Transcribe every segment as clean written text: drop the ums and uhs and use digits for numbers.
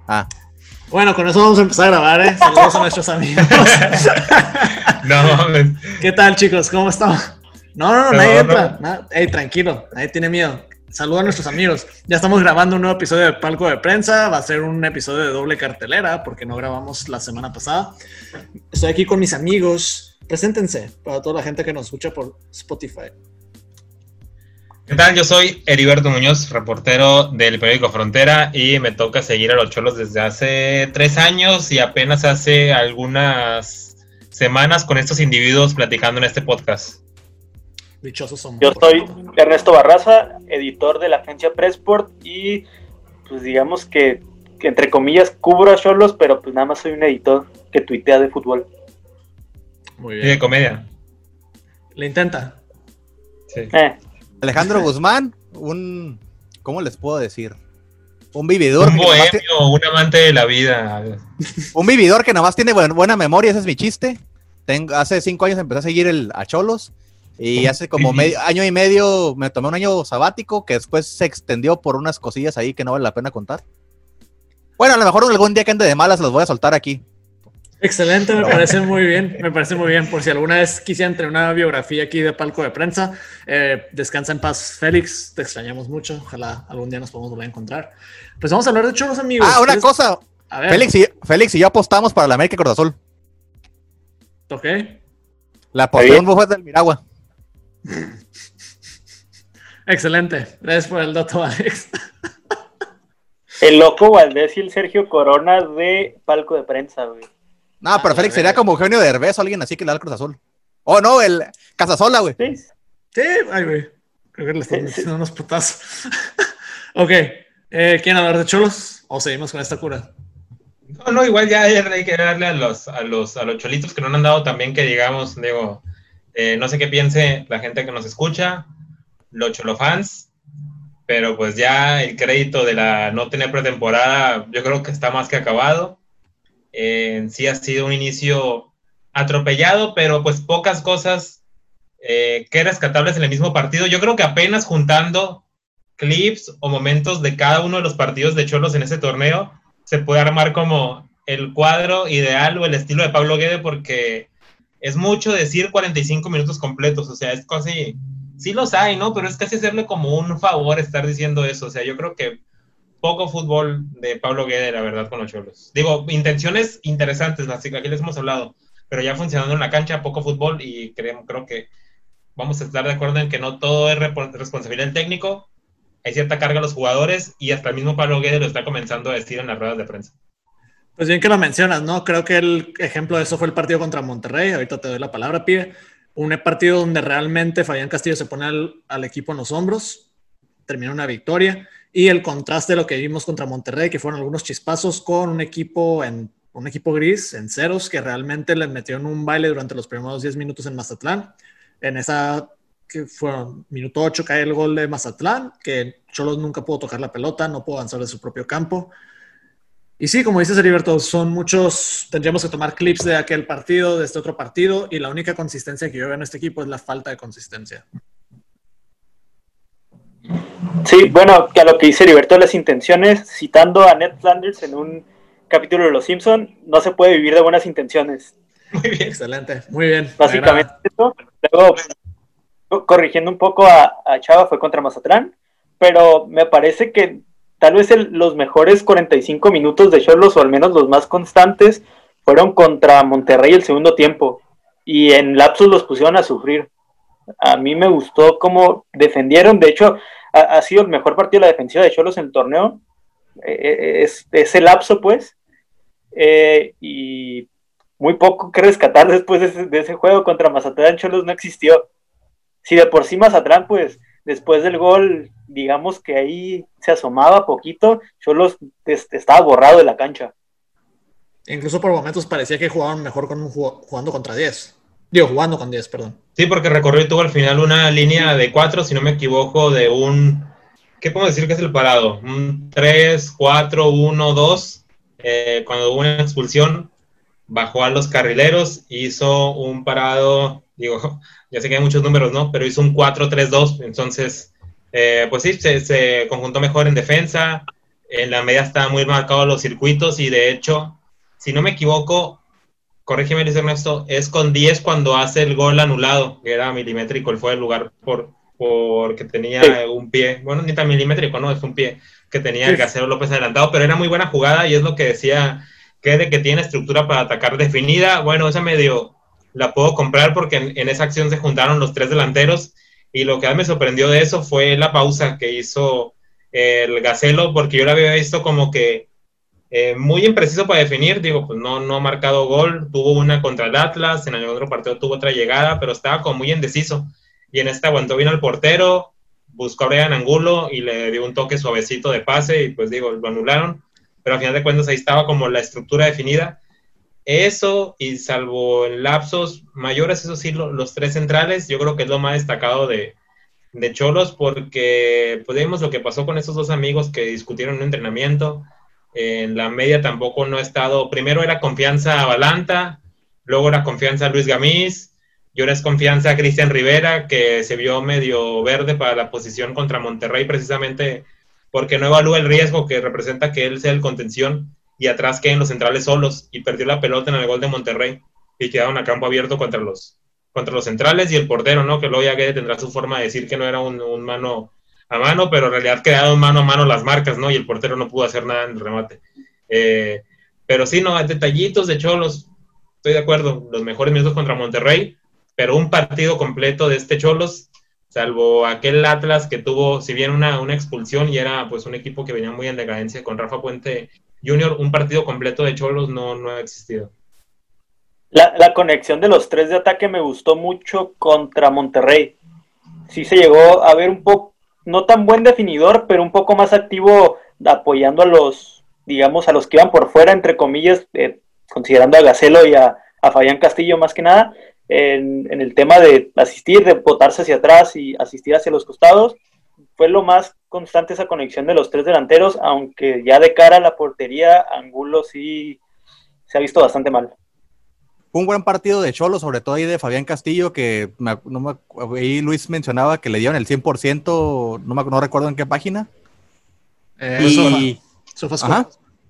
Ah. Bueno, con eso vamos a empezar a grabar, ¿eh? Saludos a nuestros amigos. No mames. ¿Qué tal, chicos? ¿Cómo están? No, nadie entra. Ey, tranquilo, nadie tiene miedo. Saludos a nuestros amigos. Ya estamos grabando un nuevo episodio de Palco de Prensa. Va a ser un episodio de doble cartelera porque no grabamos la semana pasada. Estoy aquí con mis amigos. Preséntense para toda la gente que nos escucha por Spotify. ¿Qué tal? Yo soy Heriberto Muñoz, reportero del periódico Frontera, y me toca seguir a los Cholos desde hace 3 años y apenas hace algunas semanas con estos individuos platicando en este podcast. Dichosos somos. Yo soy Ernesto Barraza, editor de la agencia Pressport y pues digamos que entre comillas cubro a Cholos, pero pues nada más soy un editor que tuitea de fútbol. Muy Y bien. de comedia. ¿Le intenta? Sí. Alejandro Guzmán, ¿cómo les puedo decir? Un vividor. Un bohemio, un amante de la vida. Un vividor que nomás tiene buena memoria, ese es mi chiste. Hace 5 años empecé a seguir a Cholos y hace como año y medio me tomé un año sabático que después se extendió por unas cosillas ahí que no vale la pena contar. Bueno, a lo mejor algún día que ande de malas los voy a soltar aquí. Excelente, me parece muy bien, por si alguna vez quisieran tener una biografía aquí de Palco de Prensa. Descansa en paz, Félix, te extrañamos mucho, ojalá algún día nos podamos volver a encontrar. Pues vamos a hablar de Cholos, amigos. Una cosa, a ver. Félix y yo apostamos para la América Cruz Azul. ¿Ok? La aposté un bufete del Miragua. Excelente, gracias por el dato, Alex. El Loco Valdés y el Sergio Corona de Palco de Prensa, güey. No, pero Félix sería como Eugenio Derbez o alguien así que le da el Cruz Azul. Oh, no, el Casasola, güey. Sí, ay, güey. Creo que le están diciendo unos putazos. Ok, ¿quieren hablar de Cholos o seguimos con esta cura? No, igual ya hay que darle a los cholitos que no han andado tan bien que digamos, digo, no sé qué piense la gente que nos escucha, los cholofans, pero pues ya el crédito de la no tener pretemporada yo creo que está más que acabado. Sí ha sido un inicio atropellado, pero pues pocas cosas que rescatables en el mismo partido. Yo creo que apenas juntando clips o momentos de cada uno de los partidos de Cholos en ese torneo se puede armar como el cuadro ideal o el estilo de Pablo Guede, porque es mucho decir 45 minutos completos, o sea, es casi, sí los hay, ¿no? Pero es casi hacerle como un favor estar diciendo eso, o sea, yo creo que poco fútbol de Pablo Guede, la verdad, con los Cholos. Digo, intenciones interesantes, las que aquí les hemos hablado, pero ya funcionando en la cancha, poco fútbol, y creo que vamos a estar de acuerdo en que no todo es responsabilidad del técnico, hay cierta carga a los jugadores, y hasta el mismo Pablo Guede lo está comenzando a decir en las ruedas de prensa. Pues bien que lo mencionas, ¿no? Creo que el ejemplo de eso fue el partido contra Monterrey, ahorita te doy la palabra, pibe. Un partido donde realmente Fabián Castillo se pone al equipo en los hombros, termina una victoria, y el contraste de lo que vimos contra Monterrey, que fueron algunos chispazos con un equipo gris, en ceros, que realmente les metieron un baile durante los primeros 10 minutos en Mazatlán. En esa, que fueron minuto 8, cae el gol de Mazatlán, que Cholos nunca pudo tocar la pelota, no pudo avanzar de su propio campo. Y sí, como dices, Heriberto, son muchos, tendríamos que tomar clips de aquel partido, de este otro partido, y la única consistencia que yo veo en este equipo es la falta de consistencia. Sí, bueno, que a lo que dice Heriberto de las intenciones, citando a Ned Flanders en un capítulo de Los Simpson, no se puede vivir de buenas intenciones. Muy bien. Excelente, muy bien. Básicamente eso. Luego, corrigiendo un poco a Chava, fue contra Mazatlán, pero me parece que tal vez los mejores 45 minutos de Cholos, o al menos los más constantes, fueron contra Monterrey el segundo tiempo, y en lapsus los pusieron a sufrir. A mí me gustó cómo defendieron, de hecho, ha sido el mejor partido de la defensiva de Cholos en el torneo, ese lapso, pues, y muy poco que rescatar después de ese juego contra Mazatlán. Cholos no existió. Si de por sí Mazatlán, pues, después del gol, digamos que ahí se asomaba poquito, Cholos estaba borrado de la cancha. Incluso por momentos parecía que jugaban mejor jugando contra 10. Jugando con 10, perdón. Sí, porque recorrió y tuvo al final una línea de 4, si no me equivoco, de un... ¿Qué podemos decir que es el parado? Un 3, 4, 1, 2. Cuando hubo una expulsión, bajó a los carrileros, hizo un parado, digo, ya sé que hay muchos números, ¿no? Pero hizo un 4-3-2, entonces, pues sí, se conjuntó mejor en defensa, En la media estaban muy marcados los circuitos y de hecho, si no me equivoco, corrígeme Luis Ernesto, es con 10 cuando hace el gol anulado, que era milimétrico, él fue el lugar porque tenía un pie, bueno, ni tan milimétrico, no, es un pie que tenía el Gacelo López adelantado, pero era muy buena jugada y es lo que decía, que de que tiene estructura para atacar definida. Bueno, esa medio la puedo comprar porque en esa acción se juntaron los 3 delanteros y lo que más me sorprendió de eso fue la pausa que hizo el Gacelo, porque yo la había visto como que muy impreciso para definir, digo, pues no ha marcado gol, tuvo una contra el Atlas, en el otro partido tuvo otra llegada, pero estaba como muy indeciso, y en esta aguantó bien al portero, buscó a Brian Angulo y le dio un toque suavecito de pase, y pues digo, lo anularon, pero al final de cuentas ahí estaba como la estructura definida. Eso, y salvo en lapsos mayores, eso sí, los 3 centrales, yo creo que es lo más destacado de Xolos, porque pues vimos lo que pasó con esos 2 amigos que discutieron un entrenamiento. En la media tampoco no ha estado, primero era confianza a Balanta, luego era confianza a Luis Gamís, y ahora es confianza a Cristian Rivera, que se vio medio verde para la posición contra Monterrey, precisamente porque no evalúa el riesgo que representa que él sea el contención y atrás queden los centrales solos, y perdió la pelota en el gol de Monterrey y quedaron a campo abierto contra los centrales y el portero, ¿no? Que luego ya Guede tendrá su forma de decir que no era un mano a mano, pero en realidad quedaron mano a mano las marcas, ¿no? Y el portero no pudo hacer nada en el remate. Pero sí, no, detallitos de Xolos, estoy de acuerdo, los mejores minutos contra Monterrey, pero un partido completo de este Xolos, salvo aquel Atlas que tuvo, si bien una expulsión y era pues un equipo que venía muy en decadencia con Rafa Puente Jr., un partido completo de Xolos no ha existido. La conexión de los 3 de ataque me gustó mucho contra Monterrey. Sí se llegó a ver un poco, no tan buen definidor, pero un poco más activo apoyando a los que iban por fuera, entre comillas, considerando a Gacelo y a Fabián Castillo más que nada, en el tema de asistir, de botarse hacia atrás y asistir hacia los costados. Fue lo más constante esa conexión de los 3 delanteros, aunque ya de cara a la portería, Angulo sí se ha visto bastante mal. Un buen partido de Xolos, sobre todo ahí de Fabián Castillo, que ahí Luis mencionaba que le dieron el 100%, no recuerdo en qué página. Sofascore.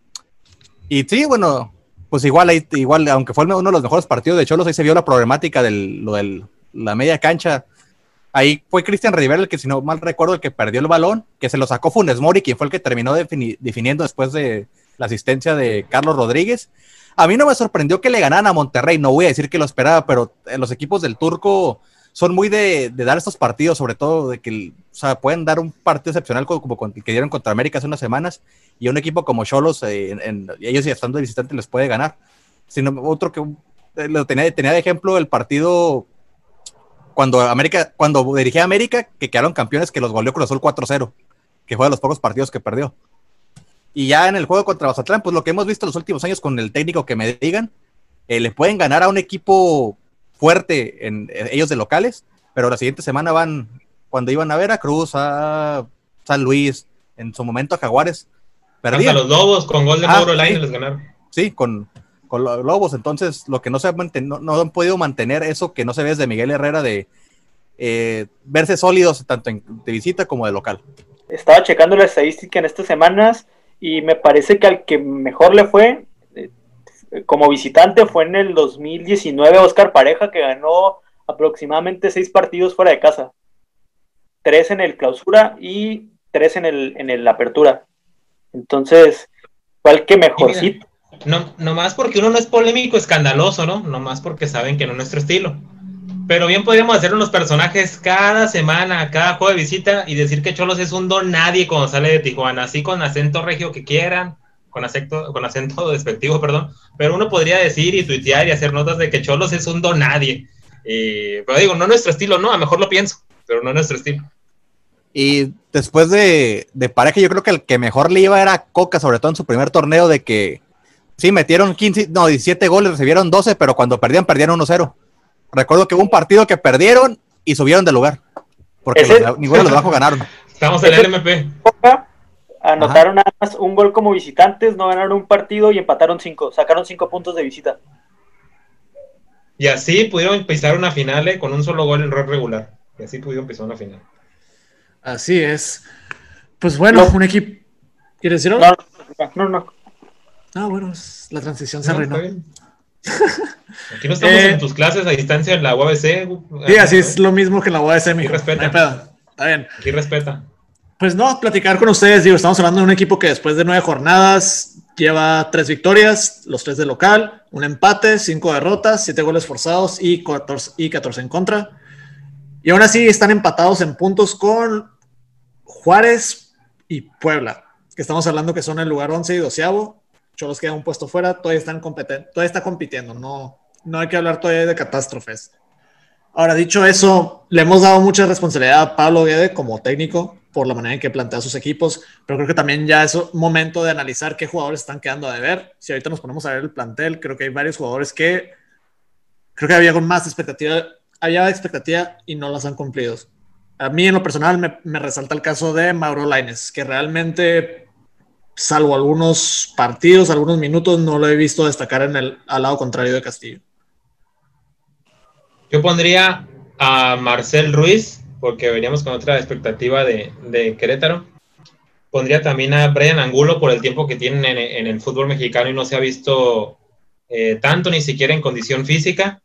Y sí, bueno, pues igual, aunque fue uno de los mejores partidos de Xolos, ahí se vio la problemática de la media cancha. Ahí fue Cristian Rivera el que, si no mal recuerdo, el que perdió el balón, que se lo sacó Funes Mori, quien fue el que terminó definiendo después de la asistencia de Carlos Rodríguez. A mí no me sorprendió que le ganaran a Monterrey, no voy a decir que lo esperaba, pero los equipos del Turco son muy de dar estos partidos, sobre todo de que, pueden dar un partido excepcional como el que dieron contra América hace unas semanas, y un equipo como Xolos, ellos ya estando de visitante les puede ganar. Sino otro que lo tenía de ejemplo el partido cuando dirigía América, que quedaron campeones, que los goleó Cruz Azul 4-0, que fue de los pocos partidos que perdió. Y ya en el juego contra Mazatlán, pues lo que hemos visto en los últimos años con el técnico que me digan, le pueden ganar a un equipo fuerte, ellos de locales, pero la siguiente semana cuando iban a Veracruz, a San Luis, en su momento a Jaguares, perdían. Hasta los Lobos con gol de Mauro Lainez les ganaron. Sí, con los Lobos. Entonces, lo que no no han podido mantener eso que no se ve desde Miguel Herrera de verse sólidos tanto de visita como de local. Estaba checando la estadística en estas semanas y me parece que al que mejor le fue como visitante fue en el 2019 Oscar Pareja, que ganó aproximadamente 6 partidos fuera de casa, 3 en el clausura y 3 en el apertura. Entonces, fue el que mejorcito. No más porque uno no es polémico, escandaloso, ¿no? No más porque saben que no es nuestro estilo. Pero bien podríamos hacer unos personajes cada semana, cada juego de visita, y decir que Xolos es un don nadie cuando sale de Tijuana, así con acento regio que quieran, con acento despectivo, perdón, pero uno podría decir y tuitear y hacer notas de que Xolos es un don nadie. Pero digo, no es nuestro estilo, no, a lo mejor lo pienso, pero no es nuestro estilo. Y después de Pareja, yo creo que el que mejor le iba era Coca, sobre todo en su primer torneo, de que sí, metieron 17 goles, recibieron 12, pero cuando perdieron 1-0. Recuerdo que hubo un partido que perdieron y subieron de lugar, porque ninguno de los bajos ganaron. Estamos en el MP. Anotaron nada más un gol como visitantes, no ganaron un partido y empataron 5, sacaron 5 puntos de visita. Y así pudieron pisar una final con un solo gol en rol regular. Y así pudieron pisar una final. Así es. Pues bueno, un equipo... ¿Quieres decir No, algo? no. Ah, bueno, la transición se No, arruinó. está bien. Aquí no estamos en tus clases a distancia en la UABC. Sí, así es lo mismo que en la UAS, mijo. respeta. No hay pedo. Está bien. Aquí respeta. Pues no, platicar con ustedes, digo, estamos hablando de un equipo que después de 9 jornadas lleva 3 victorias, los 3 de local, un empate, 5 derrotas, 7 goles forzados y 14 en contra. Y aún así están empatados en puntos con Juárez y Puebla, que estamos hablando que son el lugar 11 y 12º. Cholos queda un puesto fuera, todavía está compitiendo, no hay que hablar todavía de catástrofes. Ahora, dicho eso, le hemos dado mucha responsabilidad a Pablo Guede como técnico por la manera en que plantea sus equipos, pero creo que también ya es momento de analizar qué jugadores están quedando a deber. Si ahorita nos ponemos a ver el plantel, creo que hay varios jugadores que creo que había con más expectativa y no las han cumplido. A mí en lo personal me resalta el caso de Mauro Lainez, que realmente, salvo algunos partidos, algunos minutos, no lo he visto destacar al lado contrario de Castillo. Yo pondría a Marcel Ruiz, porque veníamos con otra expectativa de Querétaro. Pondría también a Brian Angulo por el tiempo que tienen en el fútbol mexicano y no se ha visto tanto, ni siquiera en condición física.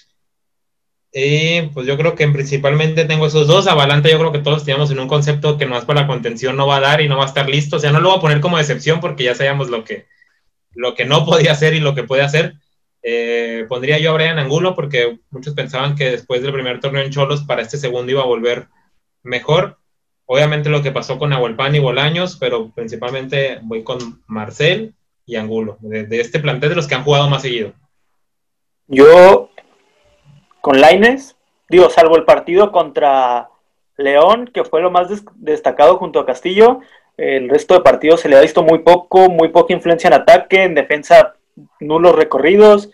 Y pues yo creo que principalmente tengo esos dos. A Balanta yo creo que todos teníamos en un concepto que no es para la contención, no va a dar y no va a estar listo. O sea, no lo voy a poner como decepción porque ya sabíamos lo que no podía hacer y lo que puede hacer. Pondría yo a Brian Angulo porque muchos pensaban que después del primer torneo en Cholos para este segundo iba a volver mejor. Obviamente lo que pasó con Nahuelpan y Bolaños, pero principalmente voy con Marcel y Angulo, de este plantel de los que han jugado más seguido. Yo, con Lainez, digo, salvo el partido contra León, que fue lo más destacado junto a Castillo, el resto de partidos se le ha visto muy poca influencia en ataque, en defensa nulos recorridos.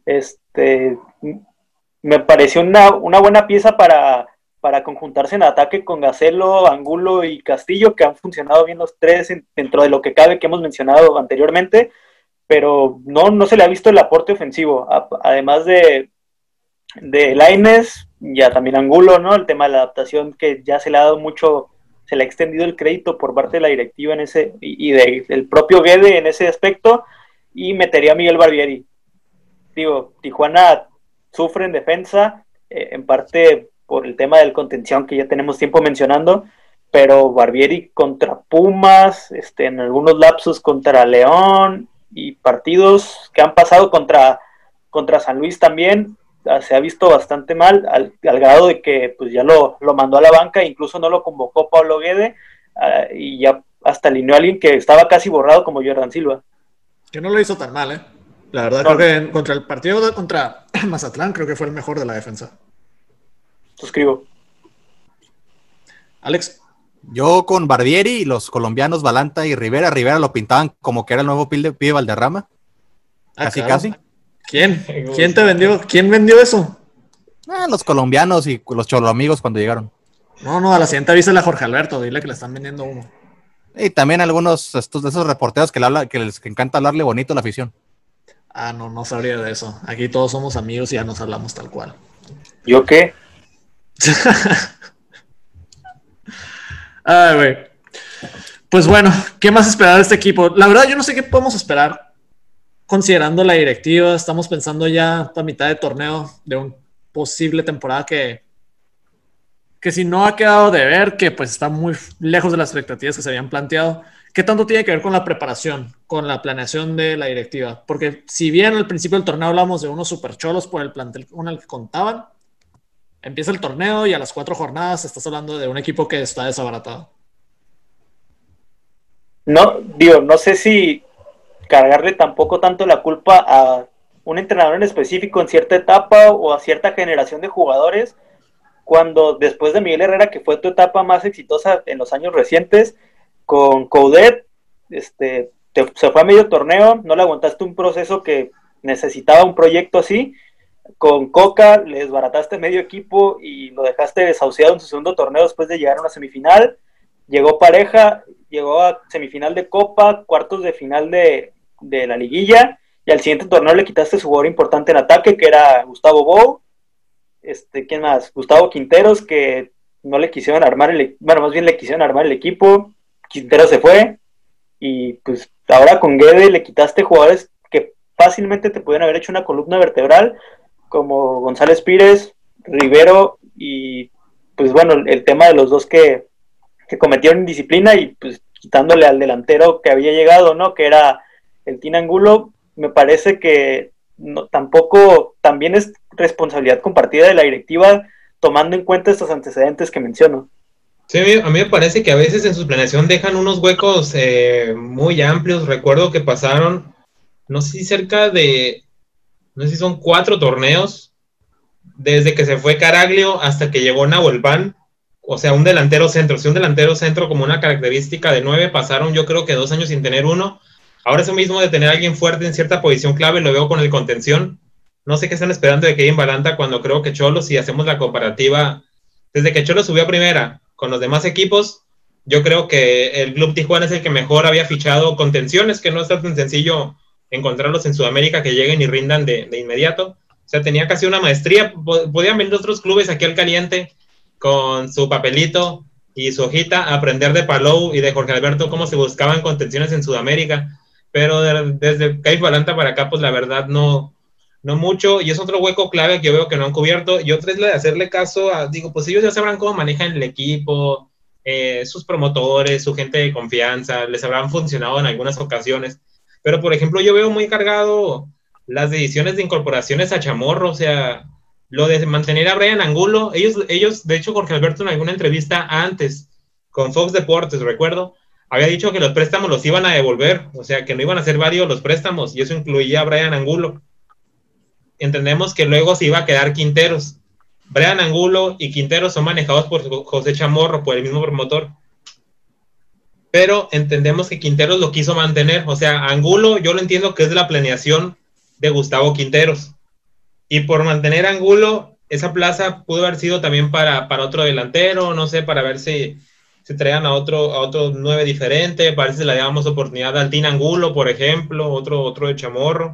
Me pareció una buena pieza para conjuntarse en ataque con Gacelo, Angulo y Castillo, que han funcionado bien los tres dentro de lo que cabe que hemos mencionado anteriormente, pero no se le ha visto el aporte ofensivo, además de Lainez, ya también Angulo, ¿no? El tema de la adaptación que ya se le ha dado mucho, se le ha extendido el crédito por parte de la directiva en ese, y del propio Guede en ese aspecto, y metería a Miguel Barbieri. Digo, Tijuana sufre en defensa, en parte por el tema del contención que ya tenemos tiempo mencionando, pero Barbieri contra Pumas, en algunos lapsos contra León, y partidos que han pasado contra San Luis también, se ha visto bastante mal, al grado de que pues ya lo mandó a la banca, incluso no lo convocó Pablo Guede, y ya hasta alineó a alguien que estaba casi borrado como Jordan Silva. Que no lo hizo tan mal, La verdad, no. Creo que contra el partido contra Mazatlán, creo que fue el mejor de la defensa. Suscribo. Alex. Yo con Barbieri y los colombianos Balanta y Rivera lo pintaban como que era el nuevo pibe Valderrama. Casi, claro. casi. ¿Quién? ¿Quién te vendió? ¿Quién vendió eso? Los colombianos y los choloamigos cuando llegaron. No, a la siguiente avísale a Jorge Alberto, dile que le están vendiendo humo. Y también algunos de esos reporteros que les encanta hablarle bonito a la afición. No sabría de eso. Aquí todos somos amigos y ya nos hablamos tal cual. ¿Yo qué? Ay, güey. Pues bueno, ¿qué más esperar de este equipo? La verdad, yo no sé qué podemos esperar considerando la directiva. Estamos pensando ya a mitad de torneo de una posible temporada que si no ha quedado de ver, que pues está muy lejos de las expectativas que se habían planteado. ¿Qué tanto tiene que ver con la preparación, con la planeación de la directiva? Porque si bien al principio del torneo hablamos de unos super cholos por el plantel con el que contaban, empieza el torneo y a las 4 jornadas estás hablando de un equipo que está desabaratado. No sé si cargarle tampoco tanto la culpa a un entrenador en específico en cierta etapa o a cierta generación de jugadores, cuando después de Miguel Herrera, que fue tu etapa más exitosa en los años recientes, con Coudet, se fue a medio torneo, no le aguantaste un proceso que necesitaba un proyecto así. Con Coca le desbarataste medio equipo y lo dejaste desahuciado en su segundo torneo después de llegar a una semifinal. Llegó Pareja, llegó a semifinal de Copa, cuartos de final de la liguilla, y al siguiente torneo le quitaste su jugador importante en ataque, que era Gustavo Bou. ¿Quién más? Gustavo Quinteros, que no le quisieron armar más bien le quisieron armar el equipo. Quinteros se fue. y pues ahora con Guede le quitaste jugadores que fácilmente te pudieran haber hecho una columna vertebral, como González Pires, Rivero, y pues bueno, el tema de los dos que cometieron indisciplina y pues quitándole al delantero que había llegado, ¿no? Que era el Tina Angulo, me parece que no, tampoco, también es responsabilidad compartida de la directiva, tomando en cuenta estos antecedentes que menciono. Sí, a mí me parece que a veces en su planeación dejan unos huecos muy amplios. Recuerdo que pasaron, no sé si cerca de, no sé si son 4 torneos, desde que se fue Caraglio hasta que llegó Nahuel Pan, o sea, un delantero centro. Si un delantero centro como una característica de 9, pasaron yo creo que 2 años sin tener uno. Ahora eso mismo de tener a alguien fuerte en cierta posición clave, lo veo con el contención. No sé qué están esperando de Kevin Balanta cuando creo que Cholos, si hacemos la comparativa, desde que Cholos subió a primera con los demás equipos, yo creo que el Club Tijuana es el que mejor había fichado contenciones, que no es tan sencillo encontrarlos en Sudamérica que lleguen y rindan de inmediato. O sea, tenía casi una maestría. Podían venir otros clubes aquí al caliente con su papelito y su hojita a aprender de Palou y de Jorge Alberto cómo se buscaban contenciones en Sudamérica. Pero desde Kevin Balanta para acá, pues la verdad no mucho, y es otro hueco clave que yo veo que no han cubierto, y otra es la de hacerle caso a, digo, pues ellos ya sabrán cómo manejan el equipo, sus promotores, su gente de confianza, les habrán funcionado en algunas ocasiones, pero por ejemplo yo veo muy cargado las decisiones de incorporaciones a Chamorro, o sea, lo de mantener a Brian Angulo, ellos de hecho Jorge Alberto en alguna entrevista antes, con Fox Deportes, recuerdo, había dicho que los préstamos los iban a devolver, o sea, que no iban a ser varios los préstamos, y eso incluía a Brian Angulo. Entendemos que luego se iba a quedar Quinteros. Brian Angulo y Quinteros son manejados por José Chamorro, por el mismo promotor. Pero entendemos que Quinteros lo quiso mantener. O sea, Angulo yo lo entiendo que es de la planeación de Gustavo Quinteros. Y por mantener a Angulo, esa plaza pudo haber sido también para otro delantero, no sé, para ver si se traían a otro 9 diferente, para ver si le dábamos oportunidad a Altín Angulo, por ejemplo, otro de Chamorro.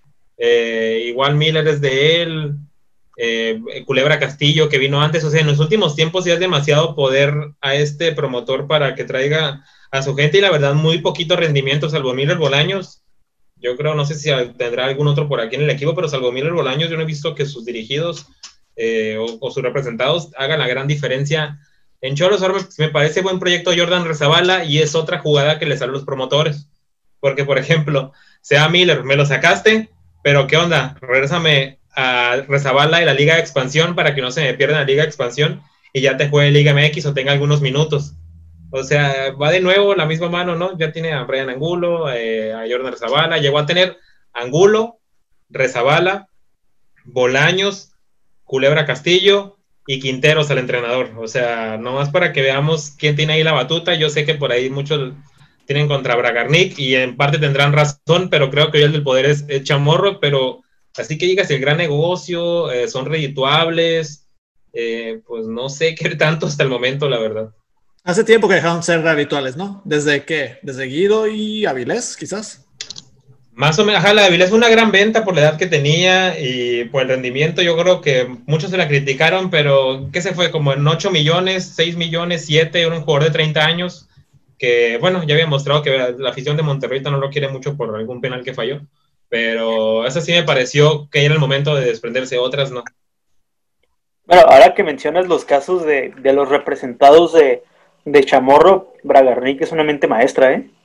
Igual Miller es de él, Culebra Castillo que vino antes, o sea, en los últimos tiempos ya es demasiado poder a este promotor para que traiga a su gente y la verdad muy poquito rendimiento, salvo Miller Bolaños. Yo creo, no sé si tendrá algún otro por aquí en el equipo, pero salvo Miller Bolaños yo no he visto que sus dirigidos o sus representados hagan la gran diferencia. En Cholos ahora me parece buen proyecto Jordan Rezabala y es otra jugada que le sale a los promotores, porque por ejemplo, sea Miller, me lo sacaste, pero ¿qué onda? Regrésame a Rezabala y la Liga de Expansión para que no se me pierda la Liga de Expansión y ya te juegue Liga MX o tenga algunos minutos. O sea, va de nuevo la misma mano, ¿no? Ya tiene a Brian Angulo, a Jordan Rezabala, llegó a tener Angulo, Rezabala, Bolaños, Culebra Castillo y Quinteros al entrenador. O sea, nomás para que veamos quién tiene ahí la batuta. Yo sé que por ahí muchos tienen contra Bragarnik y en parte tendrán razón, pero creo que hoy el del poder es Chamorro, pero así que digas el gran negocio, son redituables, pues no sé qué tanto hasta el momento, la verdad. Hace tiempo que dejaron ser habituales, ¿no? ¿Desde qué? ¿Desde Guido y Avilés, quizás? Más o menos, la Avilés fue una gran venta por la edad que tenía y por el rendimiento. Yo creo que muchos se la criticaron, pero ¿qué se fue? Como en 8 millones, 6 millones, 7, era un jugador de 30 años que, bueno, ya había mostrado que la afición de Monterrey no lo quiere mucho por algún penal que falló, pero eso sí me pareció que era el momento de desprenderse, otras no. Bueno, ahora que mencionas los casos de los representados de Chamorro, Bragarnik es una mente maestra, ¿eh?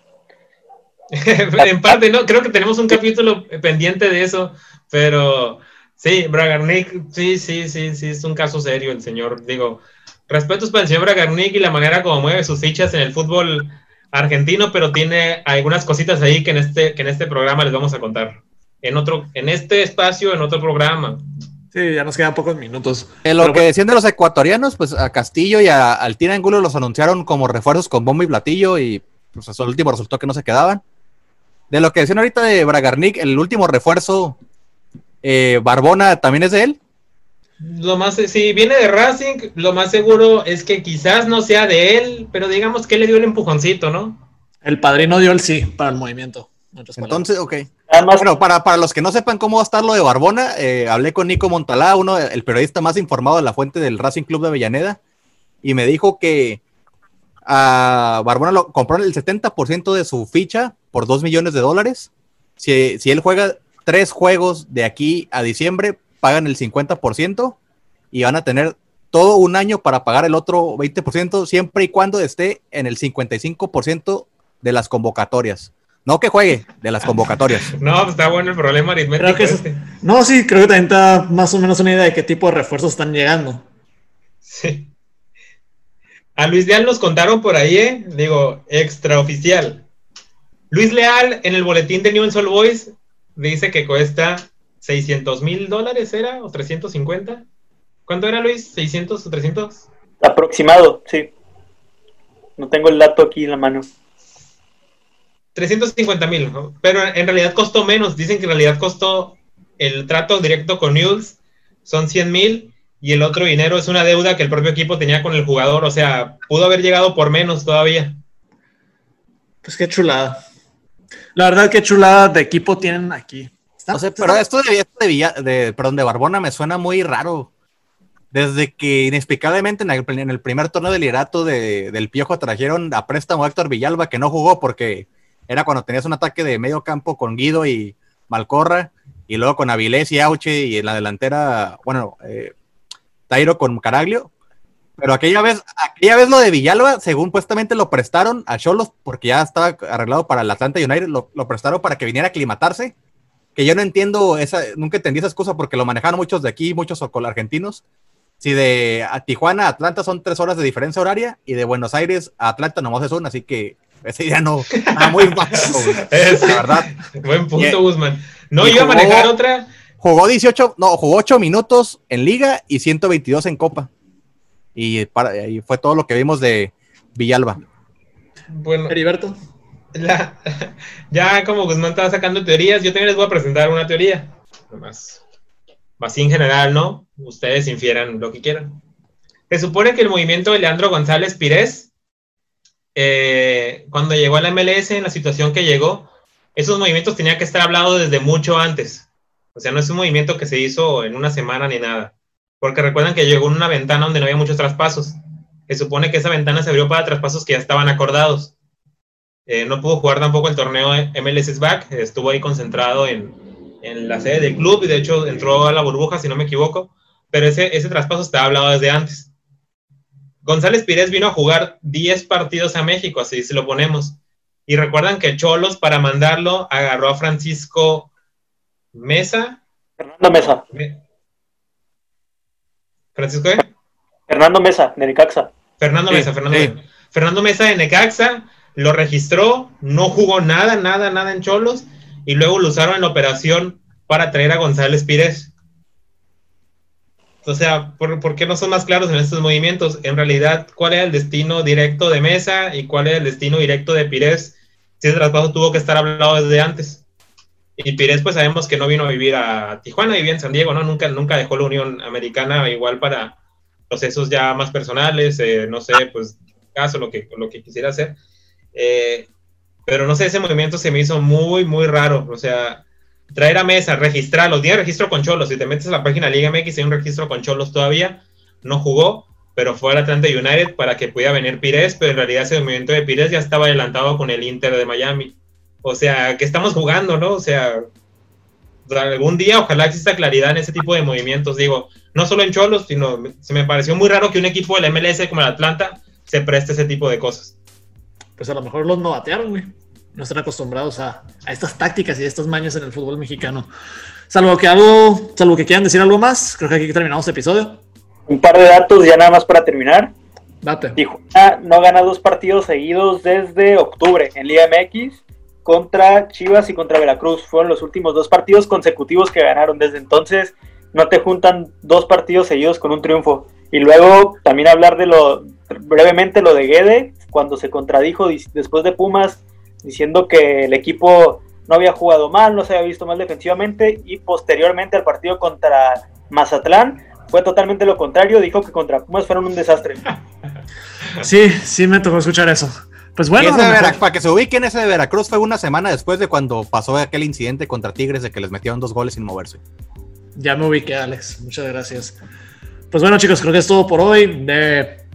En parte, no, creo que tenemos un capítulo pendiente de eso, pero sí, Bragarnik, sí, es un caso serio el señor, digo, respetos para el señor Bragarnik y la manera como mueve sus fichas en el fútbol argentino, pero tiene algunas cositas ahí que en este programa les vamos a contar, en este espacio, en otro programa. Sí, ya nos quedan pocos minutos. Lo que decían de los ecuatorianos, pues a Castillo y a Altín Angulo los anunciaron como refuerzos con bombo y platillo y pues eso, el último resultó que no se quedaban. De lo que decían ahorita de Bragarnik, el último refuerzo, Barbona, ¿también es de él? Si viene de Racing, lo más seguro es que quizás no sea de él, pero digamos que le dio el empujoncito, ¿no? El padrino dio el sí para el movimiento. Entonces, ok. Además, bueno, para los que no sepan cómo va a estar lo de Barbona, hablé con Nico Montalá, el periodista más informado de la fuente del Racing Club de Avellaneda, y me dijo que a Barbona compraron el 70% de su ficha por $2 millones. Si él juega 3 juegos de aquí a diciembre, pagan el 50% y van a tener todo un año para pagar el otro 20%, siempre y cuando esté en el 55% de las convocatorias. No que juegue, de las convocatorias. No, pues está bueno el problema aritmético. No, sí, creo que también está más o menos una idea de qué tipo de refuerzos están llegando. Sí. A Luis Leal nos contaron por ahí, digo, extraoficial. Luis Leal en el boletín de Newell's Old Boys dice que cuesta $600,000, ¿era? ¿O 350? ¿Cuánto era, Luis? ¿600 o 300? Aproximado, sí. No tengo el dato aquí en la mano. 350,000, ¿no? Pero en realidad costó menos. Dicen que en realidad costó el trato directo con Newell's, son 100,000, y el otro dinero es una deuda que el propio equipo tenía con el jugador. O sea, pudo haber llegado por menos todavía. Pues qué chulada. La verdad, qué chulada de equipo tienen aquí. No sé, pero esto de Barbona me suena muy raro. Desde que inexplicablemente en el primer torneo de liderato del Piojo trajeron a préstamo a Héctor Villalba, que no jugó porque era cuando tenías un ataque de medio campo con Guido y Malcorra, y luego con Avilés y Auche, y en la delantera, Tairo con Caraglio. Pero aquella vez lo de Villalba, según supuestamente lo prestaron a Xolos, porque ya estaba arreglado para el Atlanta United, lo prestaron para que viniera a aclimatarse, que yo no entiendo, nunca entendí esa excusa porque lo manejaron muchos de aquí, muchos argentinos. Si de Tijuana a Atlanta son 3 horas de diferencia horaria, y de Buenos Aires a Atlanta nomás es una, así que esa idea no está muy básico, la verdad. Buen punto, Guzmán. No iba a manejar otra. Jugó 8 minutos en Liga y 122 en Copa. Y fue todo lo que vimos de Villalba. Bueno, Heriberto. Ya como Guzmán estaba sacando teorías, yo también les voy a presentar una teoría. Nomás. Así en general, ¿no? Ustedes infieran lo que quieran. Se supone que el movimiento de Leandro González Pires, cuando llegó a la MLS, en la situación que llegó, esos movimientos tenían que estar hablados desde mucho antes. O sea, no es un movimiento que se hizo en una semana ni nada. Porque recuerdan que llegó en una ventana donde no había muchos traspasos. Se supone que esa ventana se abrió para traspasos que ya estaban acordados. No pudo jugar tampoco el torneo MLS is Back. Estuvo ahí concentrado en la sede del club, y de hecho entró a la burbuja, si no me equivoco, pero ese traspaso estaba hablado desde antes. González Pires vino a jugar 10 partidos a México, así se lo ponemos, y recuerdan que Xolos, para mandarlo, agarró a Francisco Mesa. Fernando Mesa. ¿Francisco qué? Fernando Mesa, de Necaxa. Fernando Mesa. Fernando Mesa de Necaxa, lo registró, no jugó nada en Xolos, y luego lo usaron en la operación para traer a González Pires. O sea, ¿por qué no son más claros en estos movimientos? En realidad, ¿cuál era el destino directo de Mesa y cuál era el destino directo de Pires? Si ese traspaso tuvo que estar hablado desde antes. Y Pires, pues sabemos que no vino a vivir a Tijuana, vivía en San Diego, ¿no? Nunca dejó la Unión Americana, igual para procesos ya más personales, no sé, pues, caso, lo que quisiera hacer. Pero no sé, ese movimiento se me hizo muy, muy raro. O sea, traer a Mesa, registrarlo, tiene registro con Xolos. Si te metes a la página Liga MX, hay un registro con Xolos todavía. No jugó, pero fue al Atlanta United para que pudiera venir Pires, pero en realidad ese movimiento de Pires ya estaba adelantado con el Inter de Miami. O sea, que estamos jugando, ¿no? O sea, algún día ojalá exista claridad en ese tipo de movimientos. Digo, no solo en Xolos, sino se me pareció muy raro que un equipo de la MLS como el Atlanta se preste ese tipo de cosas. Pues a lo mejor los novatearon, güey. No están acostumbrados a estas tácticas y a estas mañas en el fútbol mexicano. Salvo que quieran decir algo más, creo que aquí terminamos el episodio. Un par de datos ya nada más para terminar. Date. Tijuana no gana 2 partidos seguidos desde octubre en Liga MX, contra Chivas y contra Veracruz. Fueron los últimos 2 partidos consecutivos que ganaron. Desde entonces no te juntan 2 partidos seguidos con un triunfo. Y luego también hablar brevemente lo de Guede, cuando se contradijo después de Pumas, diciendo que el equipo no había jugado mal, no se había visto mal defensivamente, y posteriormente al partido contra Mazatlán fue totalmente lo contrario, dijo que contra Pumas fueron un desastre. Sí, me tocó escuchar eso. Pues bueno, para que se ubiquen, ese de Veracruz fue una semana después de cuando pasó aquel incidente contra Tigres de que les metieron 2 goles sin moverse. Ya me ubiqué, Alex, muchas gracias. Pues bueno, chicos, creo que es todo por hoy.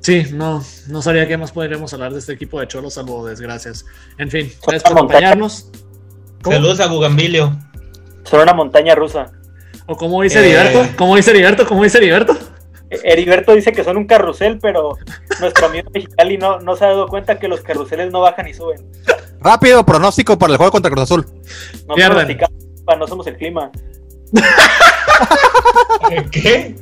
Sí, no sabría qué más podríamos hablar de este equipo de Cholos, salvo desgracias. En fin, gracias por acompañarnos. ¿Cómo? Saludos a Bugambilio. Son una montaña rusa. ¿O cómo dice Heriberto? ¿Cómo dice Heriberto? Heriberto dice que son un carrusel, pero nuestro amigo Mexicali no se ha dado cuenta que los carruseles no bajan y suben. Rápido, pronóstico para el juego contra Cruz Azul. No pronosticamos, no somos el clima. ¿Qué?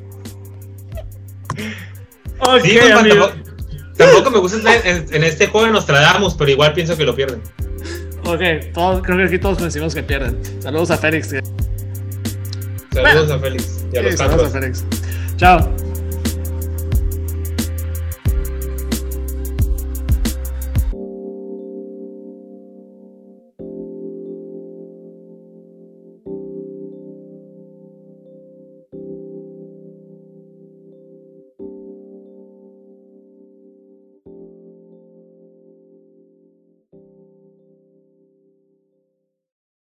Okay, sí, tampoco me gusta estar en este juego de Nostradamus, pero igual pienso que lo pierden. Ok, creo que aquí todos decimos que pierden. Saludos a Félix. Saludos a Félix y a los saludos a Félix. Chao.